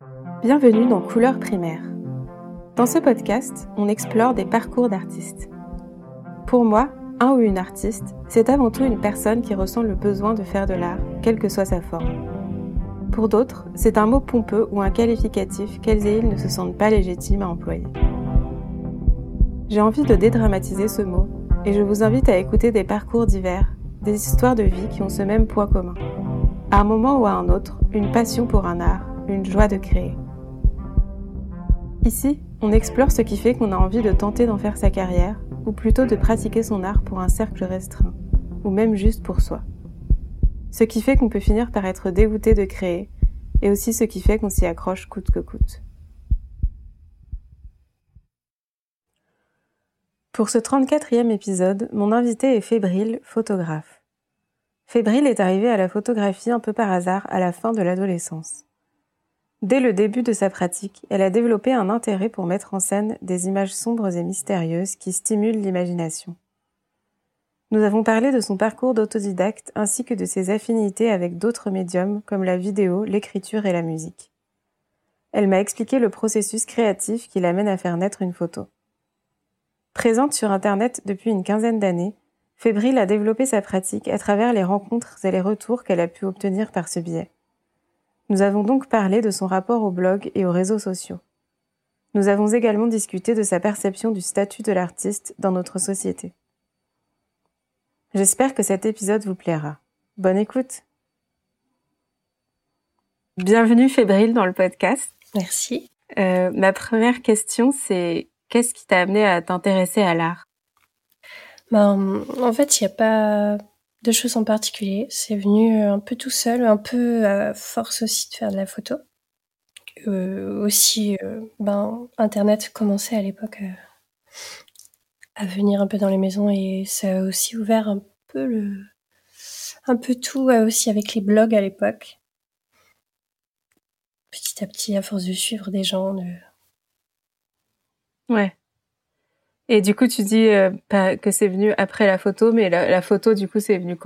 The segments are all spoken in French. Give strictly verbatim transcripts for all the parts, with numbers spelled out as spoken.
Bienvenue dans Couleurs primaires. Dans ce podcast, on explore des parcours d'artistes. Pour moi, un ou une artiste, c'est avant tout une personne qui ressent le besoin de faire de l'art, quelle que soit sa forme. Pour d'autres, c'est un mot pompeux ou un qualificatif qu'elles et ils ne se sentent pas légitimes à employer. J'ai envie de dédramatiser ce mot et je vous invite à écouter des parcours divers, des histoires de vie qui ont ce même poids commun. À un moment ou à un autre, une passion pour un art, une joie de créer. Ici, on explore ce qui fait qu'on a envie de tenter d'en faire sa carrière, ou plutôt de pratiquer son art pour un cercle restreint, ou même juste pour soi. Ce qui fait qu'on peut finir par être dégoûté de créer, et aussi ce qui fait qu'on s'y accroche coûte que coûte. Pour ce trente-quatrième épisode, mon invité est Fébrile, photographe. Fébrile est arrivée à la photographie un peu par hasard à la fin de l'adolescence. Dès le début de sa pratique, elle a développé un intérêt pour mettre en scène des images sombres et mystérieuses qui stimulent l'imagination. Nous avons parlé de son parcours d'autodidacte ainsi que de ses affinités avec d'autres médiums comme la vidéo, l'écriture et la musique. Elle m'a expliqué le processus créatif qui l'amène à faire naître une photo. Présente sur Internet depuis une quinzaine d'années, Fébrile a développé sa pratique à travers les rencontres et les retours qu'elle a pu obtenir par ce biais. Nous avons donc parlé de son rapport au blog et aux réseaux sociaux. Nous avons également discuté de sa perception du statut de l'artiste dans notre société. J'espère que cet épisode vous plaira. Bonne écoute. Bienvenue Fébrile dans le podcast. Merci. Euh, ma première question, c'est qu'est-ce qui t'a amené à t'intéresser à l'art ? Ben, en fait, il n'y a pas de choses en particulier. C'est venu un peu tout seul, un peu à force aussi de faire de la photo. Euh, aussi, euh, ben, Internet commençait à l'époque à, à venir un peu dans les maisons et ça a aussi ouvert un peu le, un peu tout euh, aussi avec les blogs à l'époque. Petit à petit, à force de suivre des gens. De... Ouais. Et du coup, tu dis euh, pas que c'est venu après la photo, mais la, la photo, du coup, c'est venu quand ?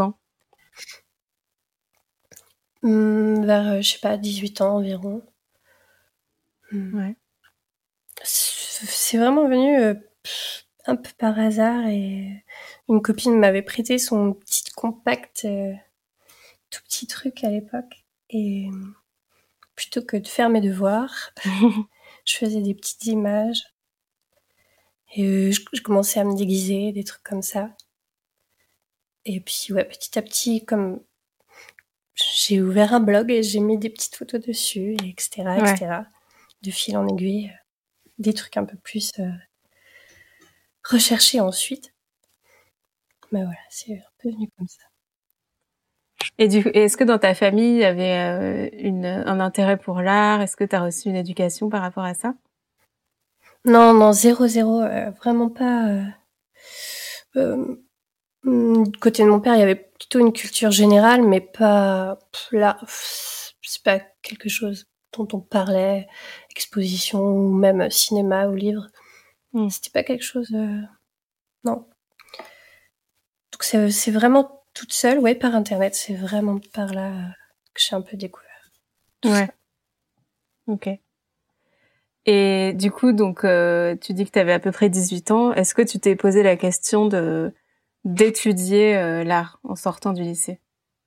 Hum, vers, euh, je sais pas, dix-huit ans environ. Hum. Ouais. C'est vraiment venu euh, un peu par hasard et une copine m'avait prêté son petit compact, euh, tout petit truc à l'époque. Et plutôt que de faire mes devoirs, je faisais des petites images. Et euh, je, je commençais à me déguiser, des trucs comme ça. Et puis, ouais, petit à petit, comme j'ai ouvert un blog et j'ai mis des petites photos dessus, et etc., ouais. et cetera. De fil en aiguille, des trucs un peu plus euh, recherchés ensuite. Mais voilà, c'est un peu venu comme ça. Et du, est-ce que dans ta famille, il y avait euh, une, un intérêt pour l'art ? Est-ce que tu as reçu une éducation par rapport à ça ? Non, non, zéro, zéro, euh, vraiment pas. Euh, euh, du côté de mon père, il y avait plutôt une culture générale, mais pas là. C'est pas quelque chose dont on parlait, exposition ou même cinéma ou livre. Mm. C'était pas quelque chose. Euh, non. Donc c'est, c'est vraiment toute seule, ouais, par internet. C'est vraiment par là que j'ai un peu découvert. Ouais. Ok. Et du coup, donc, euh, tu dis que tu avais à peu près dix-huit ans. Est-ce que tu t'es posé la question de d'étudier euh, l'art en sortant du lycée ?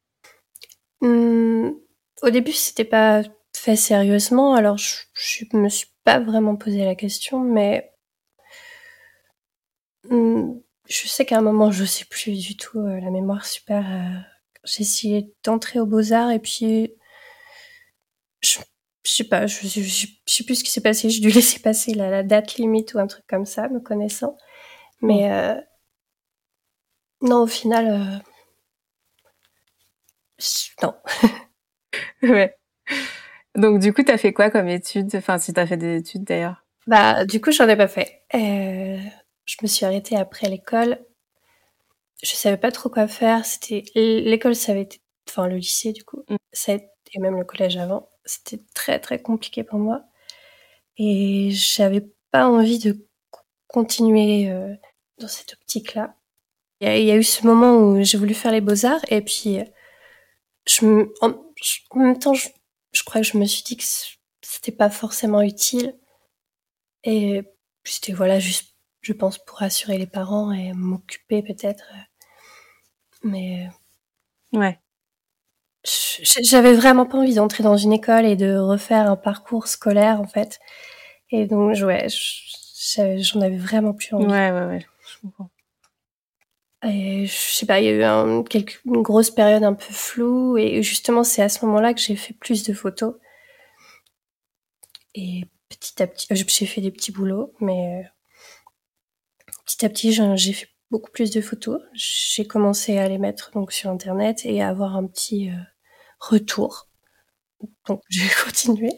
Hum, Au début, c'était pas fait sérieusement, alors je, je me suis pas vraiment posé la question, mais hum, je sais qu'à un moment, je sais plus du tout, euh, la mémoire super. Euh, j'ai essayé d'entrer aux Beaux-Arts et puis je, je sais pas, je, je, je, je sais plus ce qui s'est passé. J'ai dû laisser passer la, la date limite ou un truc comme ça, me connaissant. Mais euh, non, au final, euh, non. Ouais. Donc du coup, t'as fait quoi comme études ? Enfin, si t'as fait des études d'ailleurs. Bah, du coup, j'en ai pas fait. Euh, je me suis arrêtée après l'école. Je savais pas trop quoi faire. C'était l'école, ça avait été, enfin le lycée du coup, mm. ça a été, et même le collège avant, c'était très très compliqué pour moi. Et j'avais pas envie de continuer euh, dans cette optique-là. Il y, a, il y a eu ce moment où j'ai voulu faire les beaux-arts et puis je, en, je, en même temps, je, je crois que je me suis dit que c'était pas forcément utile. Et c'était voilà juste, je pense, pour rassurer les parents et m'occuper peut-être. Mais Ouais. j'avais vraiment pas envie d'entrer dans une école et de refaire un parcours scolaire en fait. Et donc ouais, j'en avais vraiment plus envie. Ouais, ouais, ouais, je comprends. Et je sais pas, il y a eu un, quelque, une grosse période un peu floue et justement c'est à ce moment-là que j'ai fait plus de photos. Et petit à petit, j'ai fait des petits boulots, mais petit à petit j'ai fait beaucoup plus de photos. J'ai commencé à les mettre donc sur internet et à avoir un petit euh, retour. Donc j'ai continué.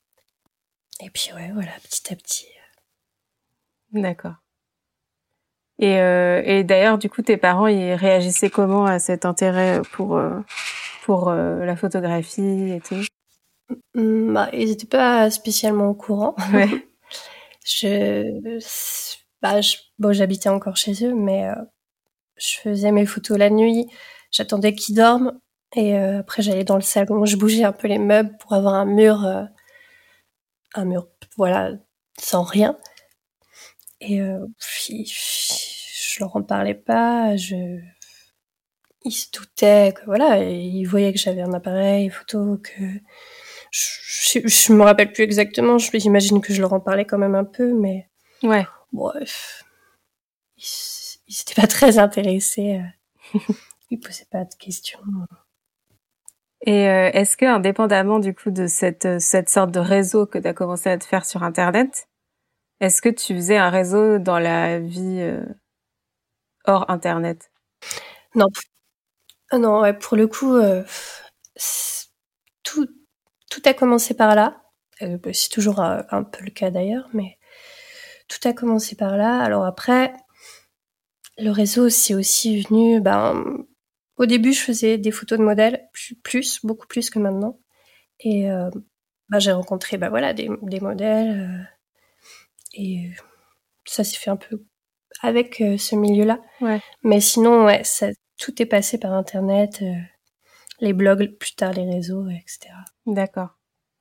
Et puis ouais, voilà, petit à petit. D'accord. Et, euh, et d'ailleurs, du coup, tes parents, ils réagissaient comment à cet intérêt pour euh, pour euh, la photographie et tout? Mmh, bah, ils étaient pas spécialement au courant. Ouais. je, bah, je, bon, j'habitais encore chez eux, mais euh, je faisais mes photos la nuit. J'attendais qu'ils dorment et euh, après j'allais dans le salon. Je bougeais un peu les meubles pour avoir un mur, euh, un mur, voilà, sans rien. Et euh, puis, je leur en parlais pas. Je ils se doutaient que voilà, ils voyaient que j'avais un appareil photo, que je, je, je me rappelle plus exactement. J'imagine que je leur en parlais quand même un peu, mais Ouais. bref, ils, ils étaient pas très intéressés. Ils posaient pas de questions. Et euh, est-ce que, indépendamment du coup de cette cette sorte de réseau que tu as commencé à te faire sur Internet, est-ce que tu faisais un réseau dans la vie euh, hors Internet? Non, non, ouais, pour le coup, euh, tout tout a commencé par là. Euh, c'est toujours un, un peu le cas d'ailleurs, mais tout a commencé par là. Alors après, le réseau, c'est aussi venu. Ben, au début, je faisais des photos de modèles, plus, plus beaucoup plus que maintenant. Et euh, ben, j'ai rencontré, ben voilà, des, des modèles. Euh, et ça s'est fait un peu avec euh, ce milieu-là. Ouais. Mais sinon, ouais, ça, tout est passé par Internet, euh, les blogs, plus tard les réseaux, et cetera. D'accord.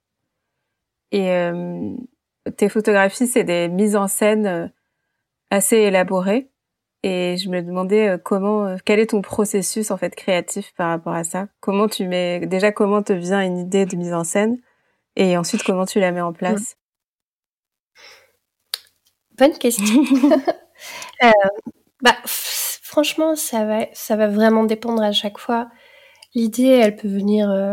Et euh, tes photographies, c'est des mises en scène euh, assez élaborées. Et je me demandais euh, comment, euh, quel est ton processus en fait créatif par rapport à ça? Comment tu mets, déjà comment te vient une idée de mise en scène et ensuite comment tu la mets en place? Bonne question. euh, bah, f- franchement, ça va, ça va vraiment dépendre à chaque fois. L'idée, elle peut venir, euh,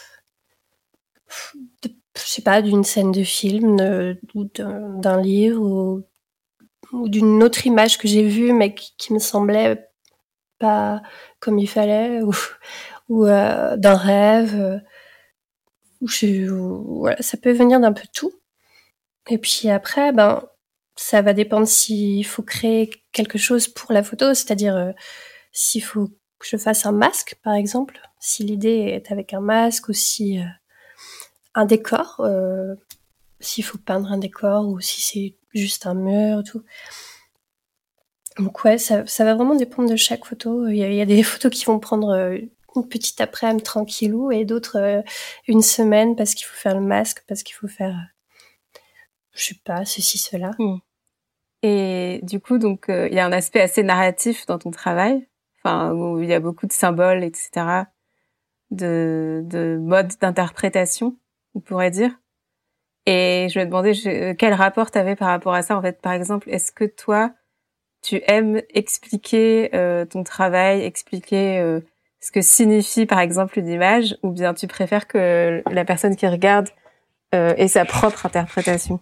de, je sais pas, d'une scène de film, de, ou d'un, d'un livre, ou, ou d'une autre image que j'ai vue, mais qui, qui me semblait pas comme il fallait, ou, ou euh, d'un rêve. Euh, ou je, ou, voilà, ça peut venir d'un peu tout. Et puis après, ben, ça va dépendre s'il faut créer quelque chose pour la photo, c'est-à-dire euh, s'il faut que je fasse un masque, par exemple, si l'idée est avec un masque, ou si euh, un décor, euh, s'il faut peindre un décor, ou si c'est juste un mur, et tout. Donc ouais, ça, ça va vraiment dépendre de chaque photo. Il y a, il y a des photos qui vont prendre euh, une petite après-midi tranquillou, et d'autres euh, une semaine parce qu'il faut faire le masque, parce qu'il faut faire, je sais pas, ceci, cela. Hmm. Et du coup, donc, il euh, y a un aspect assez narratif dans ton travail, enfin, où il y a beaucoup de symboles, et cetera, de, de modes d'interprétation, on pourrait dire. Et je me demandais je, quel rapport t'avais par rapport à ça, en fait. Par exemple, est-ce que toi, tu aimes expliquer euh, ton travail, expliquer euh, ce que signifie, par exemple, une image, ou bien tu préfères que la personne qui regarde euh, ait sa propre interprétation?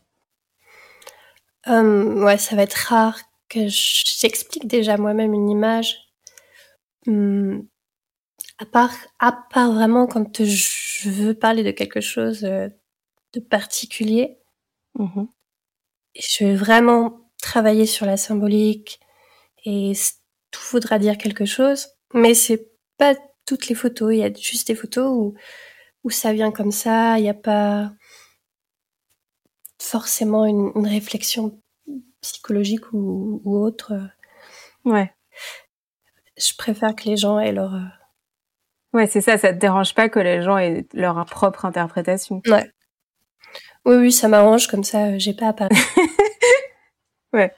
Euh, ouais, ça va être rare que j'explique déjà moi-même une image. Hum, à part, à part vraiment quand je veux parler de quelque chose de particulier, Mmh. je vais vraiment travailler sur la symbolique et tout voudra dire quelque chose, mais c'est pas toutes les photos. Il y a juste des photos où, où ça vient comme ça. Il n'y a pas forcément une, une réflexion psychologique ou, ou autre. Ouais. Je préfère que les gens aient leur... Ouais, c'est ça, ça te dérange pas que les gens aient leur propre interprétation? Ouais. Oui, oui, ça m'arrange, comme ça, euh, j'ai pas à parler. Ouais.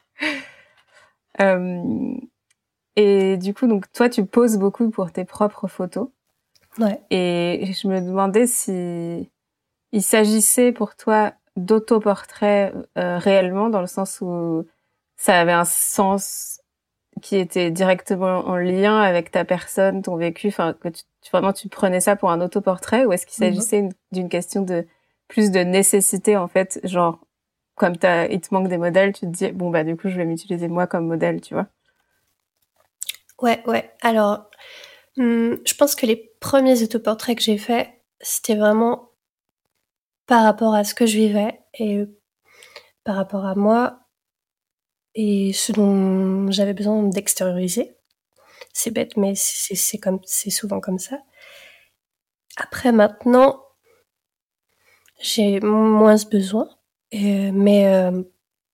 Euh, et du coup, donc toi, tu poses beaucoup pour tes propres photos. Ouais. Et je me demandais si il s'agissait pour toi d'autoportrait euh, réellement, dans le sens où ça avait un sens qui était directement en lien avec ta personne, ton vécu, enfin que tu, tu- vraiment tu prenais ça pour un autoportrait, ou est-ce qu'il Mhm. s'agissait une- d'une question de plus de nécessité en fait, genre comme t'as, il te manque des modèles, tu te dis bon bah du coup je vais m'utiliser moi comme modèle, tu vois. Ouais, ouais. Alors, hum, je pense que les premiers autoportraits que j'ai faits, c'était vraiment par rapport à ce que je vivais et par rapport à moi et ce dont j'avais besoin d'extérioriser. C'est bête, mais c'est c'est comme c'est souvent comme ça. Après, maintenant, j'ai moins ce besoin, et, mais euh,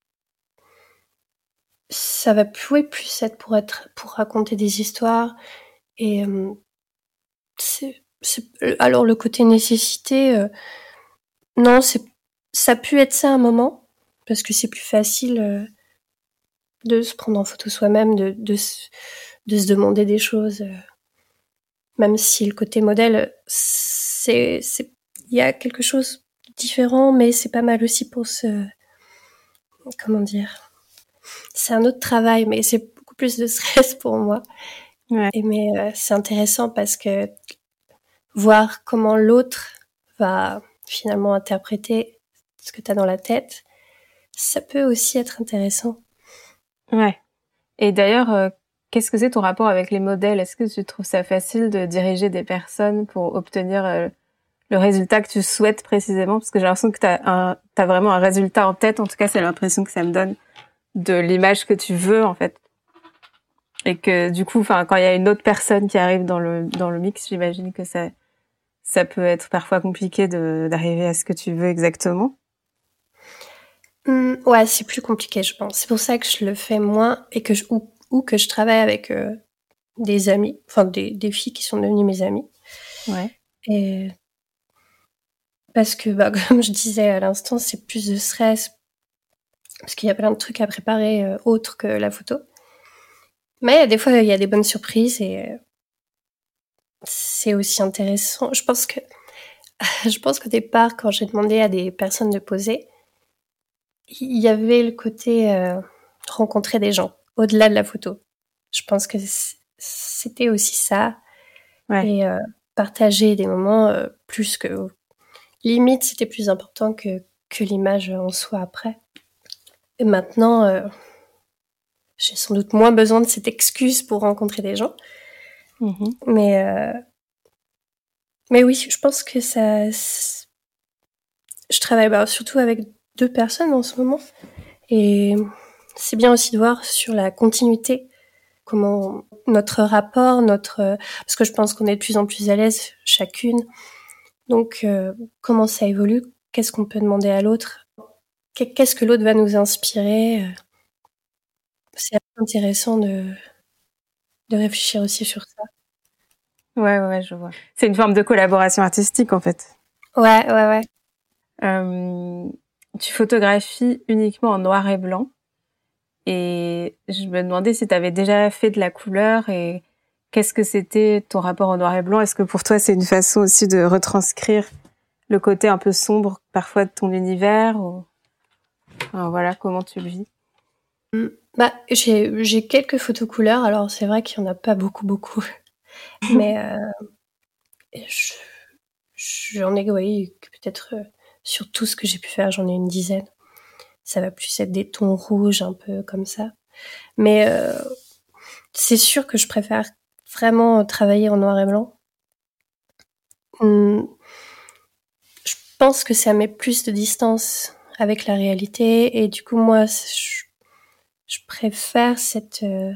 ça va plus, ouais, plus être pour être pour raconter des histoires et euh, c'est, c'est alors le côté nécessité, euh, non, c'est ça a pu être ça à un moment parce que c'est plus facile euh, de se prendre en photo soi-même, de de se, de se demander des choses, euh, même si le côté modèle, c'est c'est il y a quelque chose de différent, mais c'est pas mal aussi pour se comment dire, c'est un autre travail, mais c'est beaucoup plus de stress pour moi. Ouais. Et mais euh, c'est intéressant parce que voir comment l'autre va finalement interpréter ce que tu as dans la tête, ça peut aussi être intéressant. Ouais. Et d'ailleurs, euh, qu'est-ce que c'est ton rapport avec les modèles? Est-ce que tu trouves ça facile de diriger des personnes pour obtenir euh, le résultat que tu souhaites précisément? Parce que j'ai l'impression que t'as un, t'as vraiment un résultat en tête. En tout cas, c'est l'impression que ça me donne de l'image que tu veux, en fait. Et que, du coup, enfin, quand il y a une autre personne qui arrive dans le, dans le mix, j'imagine que ça, ça peut être parfois compliqué de, d'arriver à ce que tu veux exactement. Hum, ouais, c'est plus compliqué, je pense. C'est pour ça que je le fais moins et que je, ou, ou que je travaille avec euh, des amis, enfin des, des filles qui sont devenues mes amies. Ouais. Et parce que, bah, comme je disais à l'instant, c'est plus de stress parce qu'il y a plein de trucs à préparer euh, autres que la photo. Mais des fois, il y a des bonnes surprises et euh, c'est aussi intéressant. Je pense que, je pense qu'au départ, quand j'ai demandé à des personnes de poser, il y avait le côté euh, rencontrer des gens au-delà de la photo. Je pense que c'était aussi ça Ouais. et euh, partager des moments euh, plus que limite c'était plus important que que l'image en soi après. Et maintenant, euh, j'ai sans doute moins besoin de cette excuse pour rencontrer des gens, Mhm. mais euh, mais oui, je pense que ça. Je travaille bah, surtout avec deux personnes en ce moment et c'est bien aussi de voir sur la continuité comment notre rapport, notre parce que je pense qu'on est de plus en plus à l'aise chacune. Donc euh, comment ça évolue, qu'est-ce qu'on peut demander à l'autre, qu'est-ce que l'autre va nous inspirer. C'est intéressant de de réfléchir aussi sur ça. Ouais, ouais, ouais, je vois. C'est une forme de collaboration artistique, en fait. Ouais, ouais, ouais. Euh, tu photographies uniquement en noir et blanc. Et je me demandais si tu avais déjà fait de la couleur et qu'est-ce que c'était ton rapport au noir et blanc. Est-ce que pour toi, c'est une façon aussi de retranscrire le côté un peu sombre parfois de ton univers ou... Enfin, voilà, comment tu le vis? Bah j'ai j'ai quelques photos couleurs. Alors c'est vrai qu'il y en a pas beaucoup beaucoup, mais euh, je j'en ai oui peut-être euh, sur tout ce que j'ai pu faire, j'en ai une dizaine. Ça va plus être des tons rouges un peu comme ça. Mais euh, c'est sûr que je préfère vraiment travailler en noir et blanc. Hum, je pense que ça met plus de distance avec la réalité et du coup moi je, je préfère cette euh,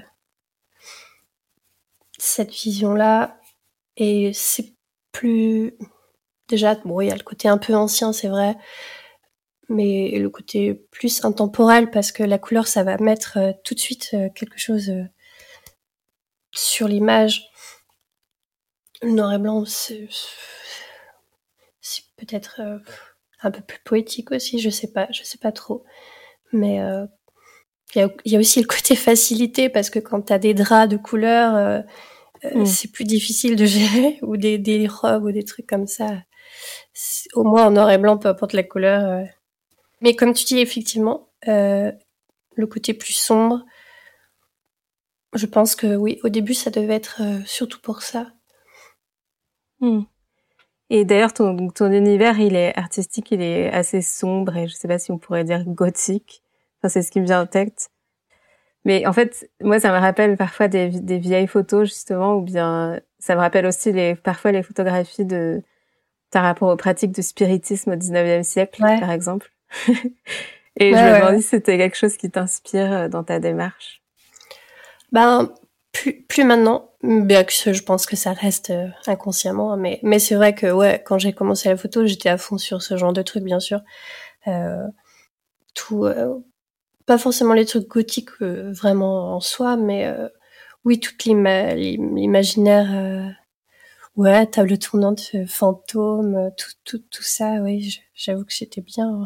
cette vision-là et c'est plus déjà bon il y a le côté un peu ancien c'est vrai mais le côté plus intemporel parce que la couleur ça va mettre euh, tout de suite euh, quelque chose euh, sur l'image. Le noir et blanc c'est c'est peut-être euh, un peu plus poétique aussi, je sais pas, je sais pas trop. Mais euh, il y a, y a aussi le côté facilité parce que quand t'as des draps de couleur, euh, euh, Mm. c'est plus difficile de gérer ou des, des robes ou des trucs comme ça. C'est, au moins en noir et blanc, peu importe la couleur. Euh. Mais comme tu dis, effectivement, euh, le côté plus sombre, je pense que oui, au début, ça devait être euh, surtout pour ça. Mm. Et d'ailleurs, ton, ton univers, il est artistique, il est assez sombre et je sais pas si on pourrait dire gothique. Enfin, c'est ce qui me vient en tête. Mais en fait, moi, ça me rappelle parfois des, des vieilles photos, justement, ou bien ça me rappelle aussi les, parfois les photographies de, par rapport aux pratiques de spiritisme au dix-neuvième siècle, Ouais, par exemple. Et je ouais, me ouais, ouais. demandais si c'était quelque chose qui t'inspire euh, dans ta démarche. Ben, plus, plus maintenant, bien que je pense que ça reste euh, inconsciemment, hein, mais, mais c'est vrai que ouais, quand j'ai commencé la photo, j'étais à fond sur ce genre de trucs, bien sûr. Euh, tout, euh, pas forcément les trucs gothiques euh, vraiment en soi, mais euh, oui, toute l'ima- l'imaginaire, euh, ouais, table tournante, euh, fantôme, euh, tout, tout, tout ça, oui, j'avoue que j'étais bien,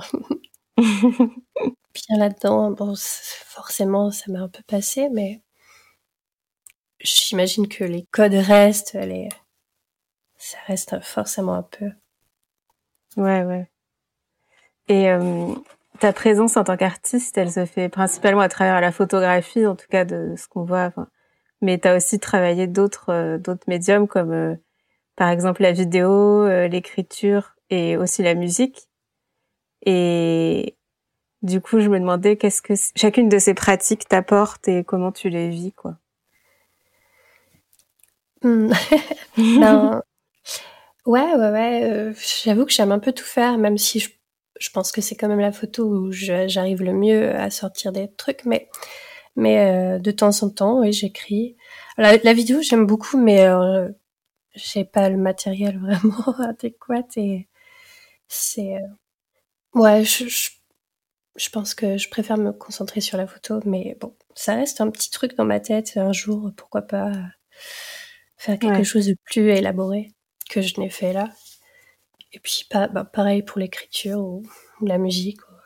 bien là-dedans. Bon, forcément, ça m'a un peu passé, mais j'imagine que les codes restent, les, ça reste forcément un peu. Ouais, ouais. Et euh, ta présence en tant qu'artiste, elle se fait principalement à travers la photographie, en tout cas de ce qu'on voit. Enfin, mais tu as aussi travaillé d'autres euh, d'autres médiums comme euh, par exemple la vidéo, euh, l'écriture et aussi la musique. Et du coup, je me demandais qu'est-ce que c- chacune de ces pratiques t'apporte et comment tu les vis, quoi. Hmm. Ben, ouais, ouais, ouais. Euh, j'avoue que j'aime un peu tout faire, même si je, je pense que c'est quand même la photo où je- j'arrive le mieux à sortir des trucs. Mais, mais euh, de temps en temps, oui, j'écris. La, la vidéo, j'aime beaucoup, mais euh, j'ai pas le matériel vraiment adéquat et c'est. Euh, ouais, je, je, je pense que je préfère me concentrer sur la photo, mais bon, ça reste un petit truc dans ma tête. Un jour, pourquoi pas euh, faire quelque Ouais, chose de plus élaboré que je n'ai fait là. Et puis pas, bah, pareil pour l'écriture ou, ou la musique. Ou...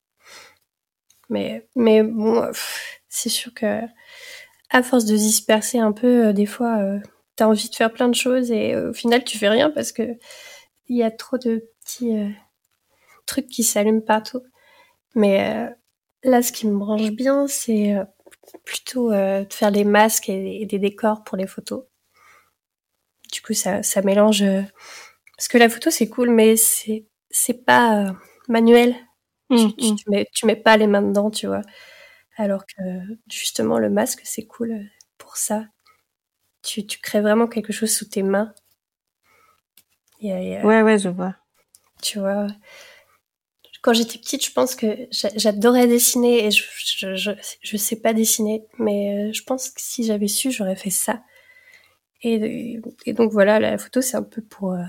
Mais, mais bon, pff, c'est sûr que à force de se disperser un peu, euh, des fois, euh, t'as envie de faire plein de choses et euh, au final tu fais rien parce que il y a trop de petits euh, trucs qui s'allument partout. Mais euh, là, ce qui me branche bien, c'est euh, plutôt euh, de faire des masques et, et des décors pour les photos. Du coup, ça, ça mélange. Euh, parce que la photo, c'est cool, mais c'est c'est pas euh, manuel. hum, Tu, tu, hum. tu mets tu mets pas les mains dedans, tu vois. Alors que justement, le masque, c'est cool euh, pour ça. Tu, tu crées vraiment quelque chose sous tes mains. Et, et, euh, Ouais, ouais, je vois. tu vois, quand j'étais petite, je pense que j'a- j'adorais dessiner et je, je, je, je sais pas dessiner, mais euh, je pense que si j'avais su, j'aurais fait ça. Et, et donc voilà, la photo, c'est un peu pour euh,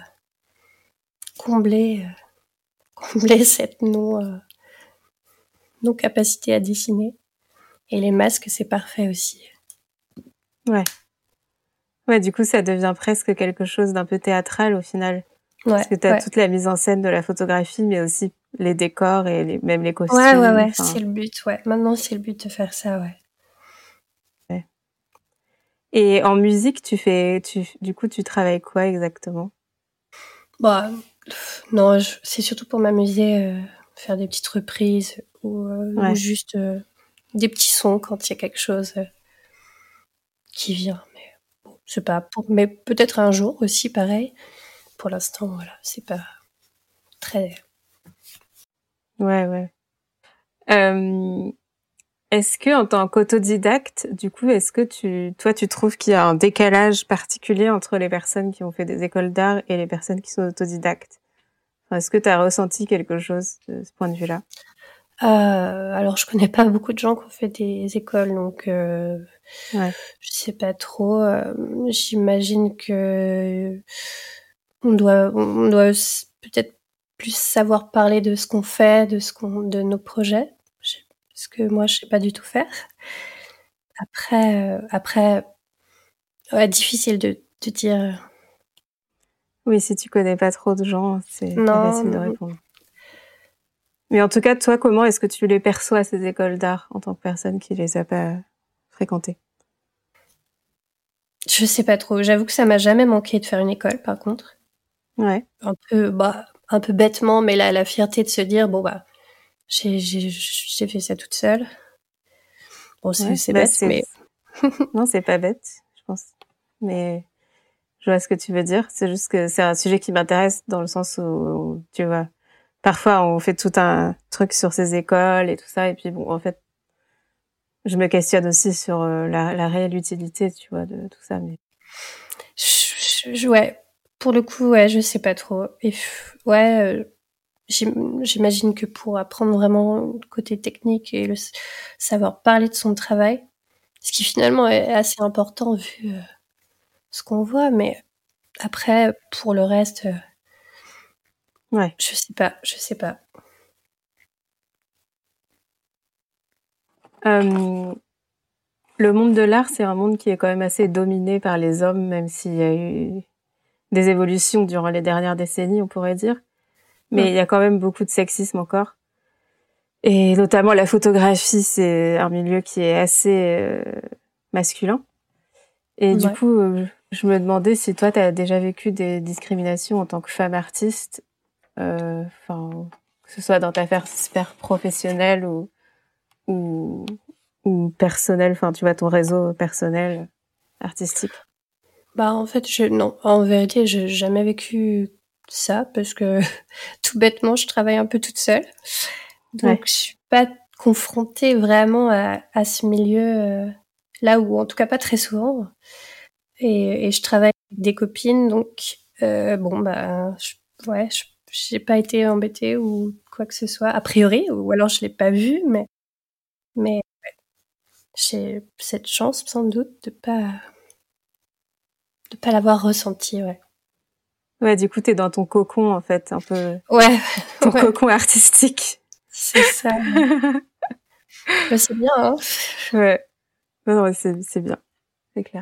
combler, euh, combler cette non, euh, non capacité à dessiner. Et les masques, c'est parfait aussi. Ouais. Ouais, du coup, ça devient presque quelque chose d'un peu théâtral au final. Parce Ouais, que tu as ouais. toute la mise en scène de la photographie, mais aussi les décors et les, même les Ouais, ouais, costumes. ouais, c'est Enfin, le but, ouais. Maintenant, c'est le but de faire ça, ouais. ouais. Et en musique, tu fais, tu, du coup, tu travailles quoi exactement? Bah, pff, non, je- c'est surtout pour m'amuser, euh, faire des petites reprises ou, euh, ou Ouais. juste euh, des petits sons quand il y a quelque chose euh, qui vient. Mais bon, c'est pas pour, mais peut-être un jour aussi, pareil. Pour l'instant, voilà, c'est pas très. Ouais, ouais. Euh, est-ce que, en tant qu'autodidacte, du coup, est-ce que tu, toi, tu trouves qu'il y a un décalage particulier entre les personnes qui ont fait des écoles d'art et les personnes qui sont autodidactes? Enfin, est-ce que tu as ressenti quelque chose de ce point de vue-là? Euh, alors, je connais pas beaucoup de gens qui ont fait des écoles, donc euh, Ouais. je sais pas trop. Euh, j'imagine que on doit, on doit s- peut-être plus savoir parler de ce qu'on fait, de ce qu'on, de nos projets. Je- Parce que moi, je sais pas du tout faire. Après, euh, après, ouais, difficile de, de dire Oui, si tu connais pas trop de gens, c'est pas facile de non. répondre. Mais en tout cas, toi, comment est-ce que tu les perçois, ces écoles d'art, en tant que personne qui les a pas fréquentées? Je sais pas trop. J'avoue que ça m'a jamais manqué de faire une école, par contre. Ouais. Un peu, bah, un peu bêtement, mais là, la fierté de se dire, bon, bah, j'ai, j'ai, j'ai fait ça toute seule. Bon, c'est, Ouais. c'est Bah, bête, c'est, mais. non, c'est pas bête, je pense. Mais je vois ce que tu veux dire. C'est juste que c'est un sujet qui m'intéresse dans le sens où, tu vois, parfois on fait tout un truc sur ces écoles et tout ça, et puis bon, en fait, je me questionne aussi sur euh, la, la réelle utilité, tu vois, de tout ça. Mais Je, je- ouais. Pour le coup, ouais, je sais pas trop. Et pff, ouais, euh, j'im- j'imagine que pour apprendre vraiment le côté technique et le s- savoir parler de son travail, ce qui finalement est assez important vu euh, ce qu'on voit, mais après, pour le reste, euh, ouais. je sais pas, je sais pas. Euh, le monde de l'art, c'est un monde qui est quand même assez dominé par les hommes, même s'il y a eu des évolutions durant les dernières décennies, on pourrait dire. Mais Mm. il y a quand même beaucoup de sexisme encore. Et notamment la photographie, c'est un milieu qui est assez euh, masculin. Et du Ouais. coup, euh, je me demandais si toi, tu as déjà vécu des discriminations en tant que femme artiste, euh, enfin, que ce soit dans ta sphère professionnelle ou, ou, ou personnelle, enfin, tu vois, ton réseau personnel artistique. Bah en fait, je non, en vérité, j'ai jamais vécu ça parce que tout bêtement, je travaille un peu toute seule. Donc Ouais. je suis pas confrontée vraiment à, à ce milieu euh, là où en tout cas pas très souvent. Et, et je travaille avec des copines, donc euh, bon bah je, ouais, je- j'ai pas été embêtée ou quoi que ce soit a priori, ou alors je l'ai pas vu, mais mais j'ai cette chance sans doute de pas de pas l'avoir ressenti, ouais. Ouais, du coup, t'es dans ton cocon, en fait, un peu, Ouais, ton ouais, cocon artistique. c'est ça. Bah, c'est bien, hein. Ouais. Non, non, c'est, c'est bien. C'est clair.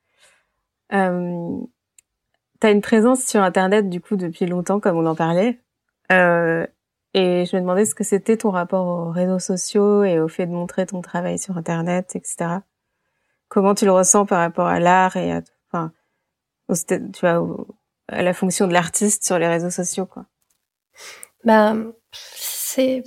Euh, T'as une présence sur Internet, du coup, depuis longtemps, comme on en parlait. Euh, et je me demandais ce que c'était ton rapport aux réseaux sociaux et au fait de montrer ton travail sur Internet, et cetera. Comment tu le ressens par rapport à l'art et à, enfin, au, st- tu vois, au- à la fonction de l'artiste sur les réseaux sociaux, quoi. Bah, c'est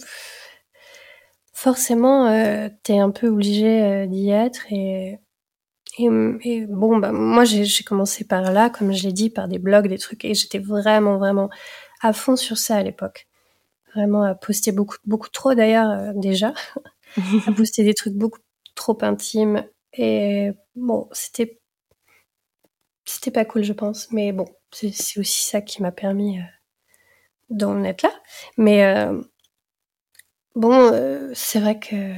forcément, euh, t'es un peu obligé euh, d'y être et, et, et bon, bah, moi j'ai j'ai commencé par là, comme je l'ai dit, par des blogs, des trucs, et j'étais vraiment, vraiment à fond sur ça à l'époque. Vraiment à poster beaucoup, beaucoup trop d'ailleurs euh, déjà, à poster des trucs beaucoup trop intimes et bon, c'était c'était pas cool, je pense, mais bon, c'est c'est aussi ça qui m'a permis euh, d'en être là. Mais euh, bon, euh, c'est vrai que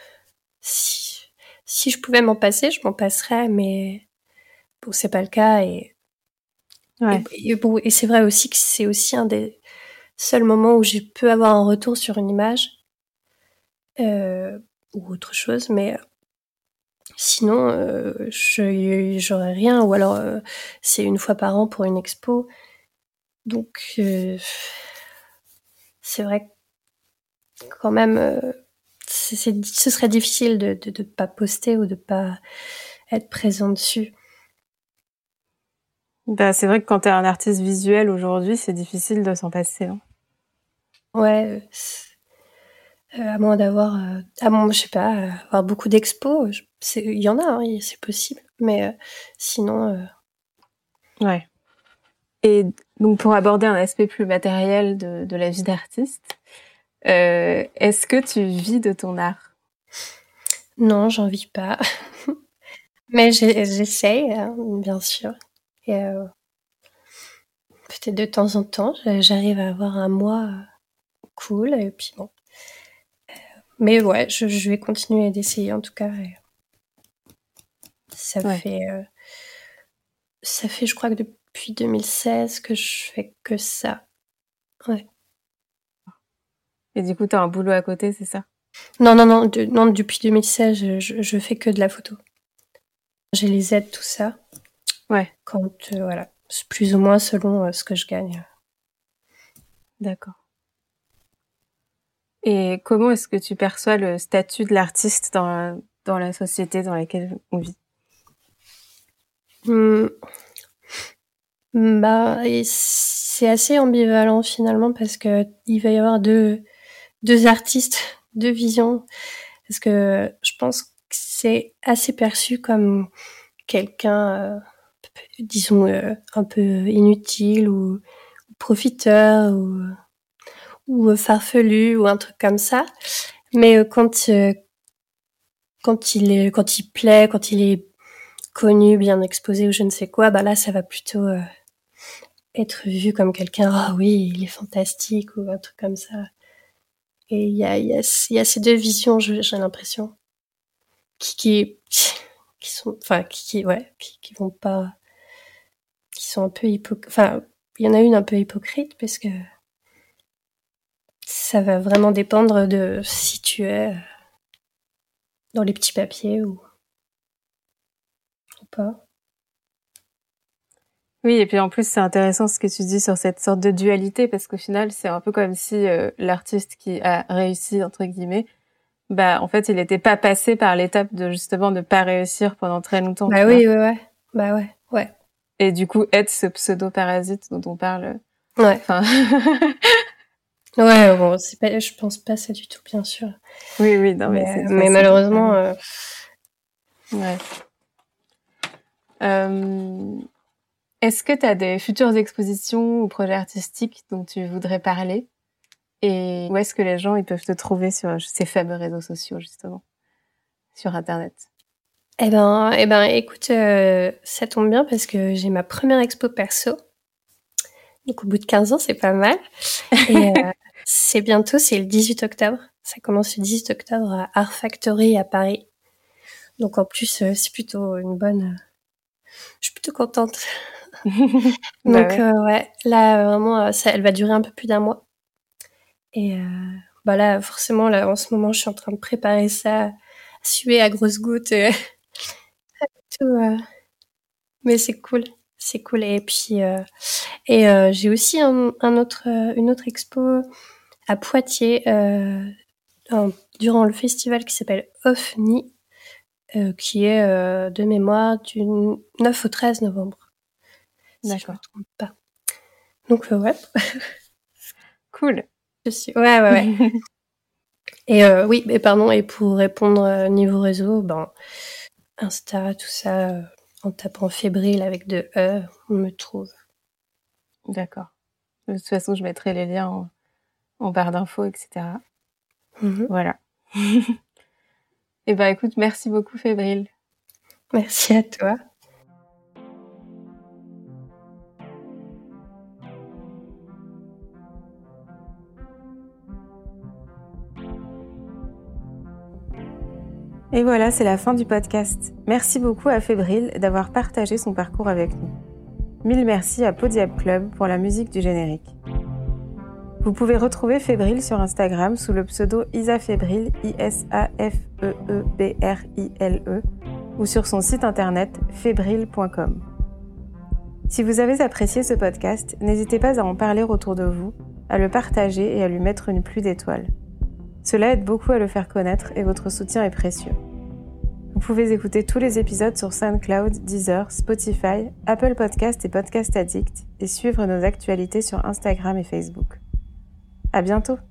si, si je pouvais m'en passer, je m'en passerais, mais bon, c'est pas le cas. Et, et, Ouais. et bon, et c'est vrai aussi que c'est aussi un des seuls moments où je peux avoir un retour sur une image euh, ou autre chose, mais sinon, euh, je j'aurais rien. Ou alors, euh, c'est une fois par an pour une expo. Donc, euh, c'est vrai que quand même, euh, c'est, c'est- ce serait difficile de, de, de pas poster ou de pas être présent dessus. Bah, c'est vrai que quand t'es un artiste visuel aujourd'hui, c'est difficile de s'en passer, hein. Ouais, euh, à moins d'avoir, euh, à moins, je sais pas, euh, avoir beaucoup d'expos, je- c'est- il y en a, hein, il- c'est possible. Mais euh, sinon, euh, Ouais. Et donc, pour aborder un aspect plus matériel de, de la vie d'artiste, euh, est-ce que tu vis de ton art? non, j'en vis pas. Mais j'ai- j'essaye, hein, bien sûr. Et euh, peut-être de temps en temps, j'a- j'arrive à avoir un mois euh, cool. Et puis bon. Mais ouais, je, je vais continuer d'essayer en tout cas. Et ça Ouais. fait, euh, ça fait, je crois que depuis deux mille seize que je fais que ça. Ouais. Et du coup, t'as un boulot à côté, c'est ça? Non, non, non, de- non, depuis deux mille seize, je, je, je fais que de la photo. J'ai les aides, tout ça. Ouais. Quand, euh, voilà, c'est plus ou moins selon euh, ce que je gagne. D'accord. Et comment est-ce que tu perçois le statut de l'artiste dans la, dans la société dans laquelle on vit? Mmh. Bah, et c'est assez ambivalent finalement parce que il va y avoir deux, deux artistes, deux visions. Parce que je pense que c'est assez perçu comme quelqu'un, euh, disons, euh, un peu inutile ou profiteur ou, ou farfelu ou un truc comme ça. Mais euh, quand, euh, quand il est, quand il plaît, quand il est connu, bien exposé ou je ne sais quoi, bah là, ça va plutôt euh, être vu comme quelqu'un, ah oui, il est fantastique ou un truc comme ça. Et il y a, il y a, il y a ces deux visions, j'ai l'impression, qui, qui, qui sont, enfin, qui, qui, ouais, qui, qui vont pas, qui sont un peu hypocrites. Enfin, il y en a une un peu hypocrite parce que ça va vraiment dépendre de si tu es dans les petits papiers ou, ou pas. Oui, et puis en plus, c'est intéressant ce que tu dis sur cette sorte de dualité, parce qu'au final, c'est un peu comme si euh, l'artiste qui a réussi, entre guillemets, bah, en fait, il n'était pas passé par l'étape de, justement, ne pas réussir pendant très longtemps. Bah oui, ouais, ouais. Bah ouais, ouais. Et du coup, être ce pseudo-parasite dont on parle. Ouais. Enfin. Ouais, bon, c'est pas, je pense pas ça du tout, bien sûr. Oui, oui, non, mais, mais, c'est une mais malheureusement, euh... ouais. Euh... Est-ce que tu as des futures expositions ou projets artistiques dont tu voudrais parler? Et où est-ce que les gens ils peuvent te trouver sur ces fameux réseaux sociaux, justement, sur Internet? Eh ben, eh ben, écoute, euh, ça tombe bien parce que j'ai ma première expo perso. Donc, au bout de quinze ans, c'est pas mal. Et euh, c'est bientôt, c'est le dix-huit octobre. Ça commence le dix-huit octobre à Art Factory à Paris. Donc, en plus, euh, c'est plutôt une bonne... Euh... Je suis plutôt contente. Bah Donc, ouais. euh, ouais, là, vraiment, ça, elle va durer un peu plus d'un mois. Et euh, bah là, forcément, là, en ce moment, je suis en train de préparer ça, suer à grosses gouttes. Euh... tout, euh... Mais c'est cool, c'est cool. Et puis, euh... et euh, j'ai aussi un, un autre, euh, une autre expo à Poitiers euh, un, durant le festival qui s'appelle OFNI, euh, qui est euh, de mémoire du neuf au treize novembre. Si D'accord. je me trompe pas. Donc euh, ouais. Cool. Je suis... Ouais, ouais, ouais. Et euh, oui, mais pardon, et pour répondre euh, niveau réseau, ben Insta, tout ça, euh, en tapant fébrile avec deux E, on me trouve. D'accord. De toute façon, je mettrai les liens en, en barre d'infos, et cetera. Mm-hmm. Voilà. Eh ben, écoute, merci beaucoup, Fébrile. Merci à toi. Et voilà, c'est la fin du podcast. Merci beaucoup à Fébrile d'avoir partagé son parcours avec nous. Mille merci à Podiap Club pour la musique du générique. Vous pouvez retrouver Fébrile sur Instagram sous le pseudo isafébrile, I S A F E E B R I L E, ou sur son site internet fébrile point com. Si vous avez apprécié ce podcast, n'hésitez pas à en parler autour de vous, à le partager et à lui mettre une pluie d'étoiles. Cela aide beaucoup à le faire connaître et votre soutien est précieux. Vous pouvez écouter tous les épisodes sur SoundCloud, Deezer, Spotify, Apple Podcasts et Podcast Addict et suivre nos actualités sur Instagram et Facebook. À bientôt!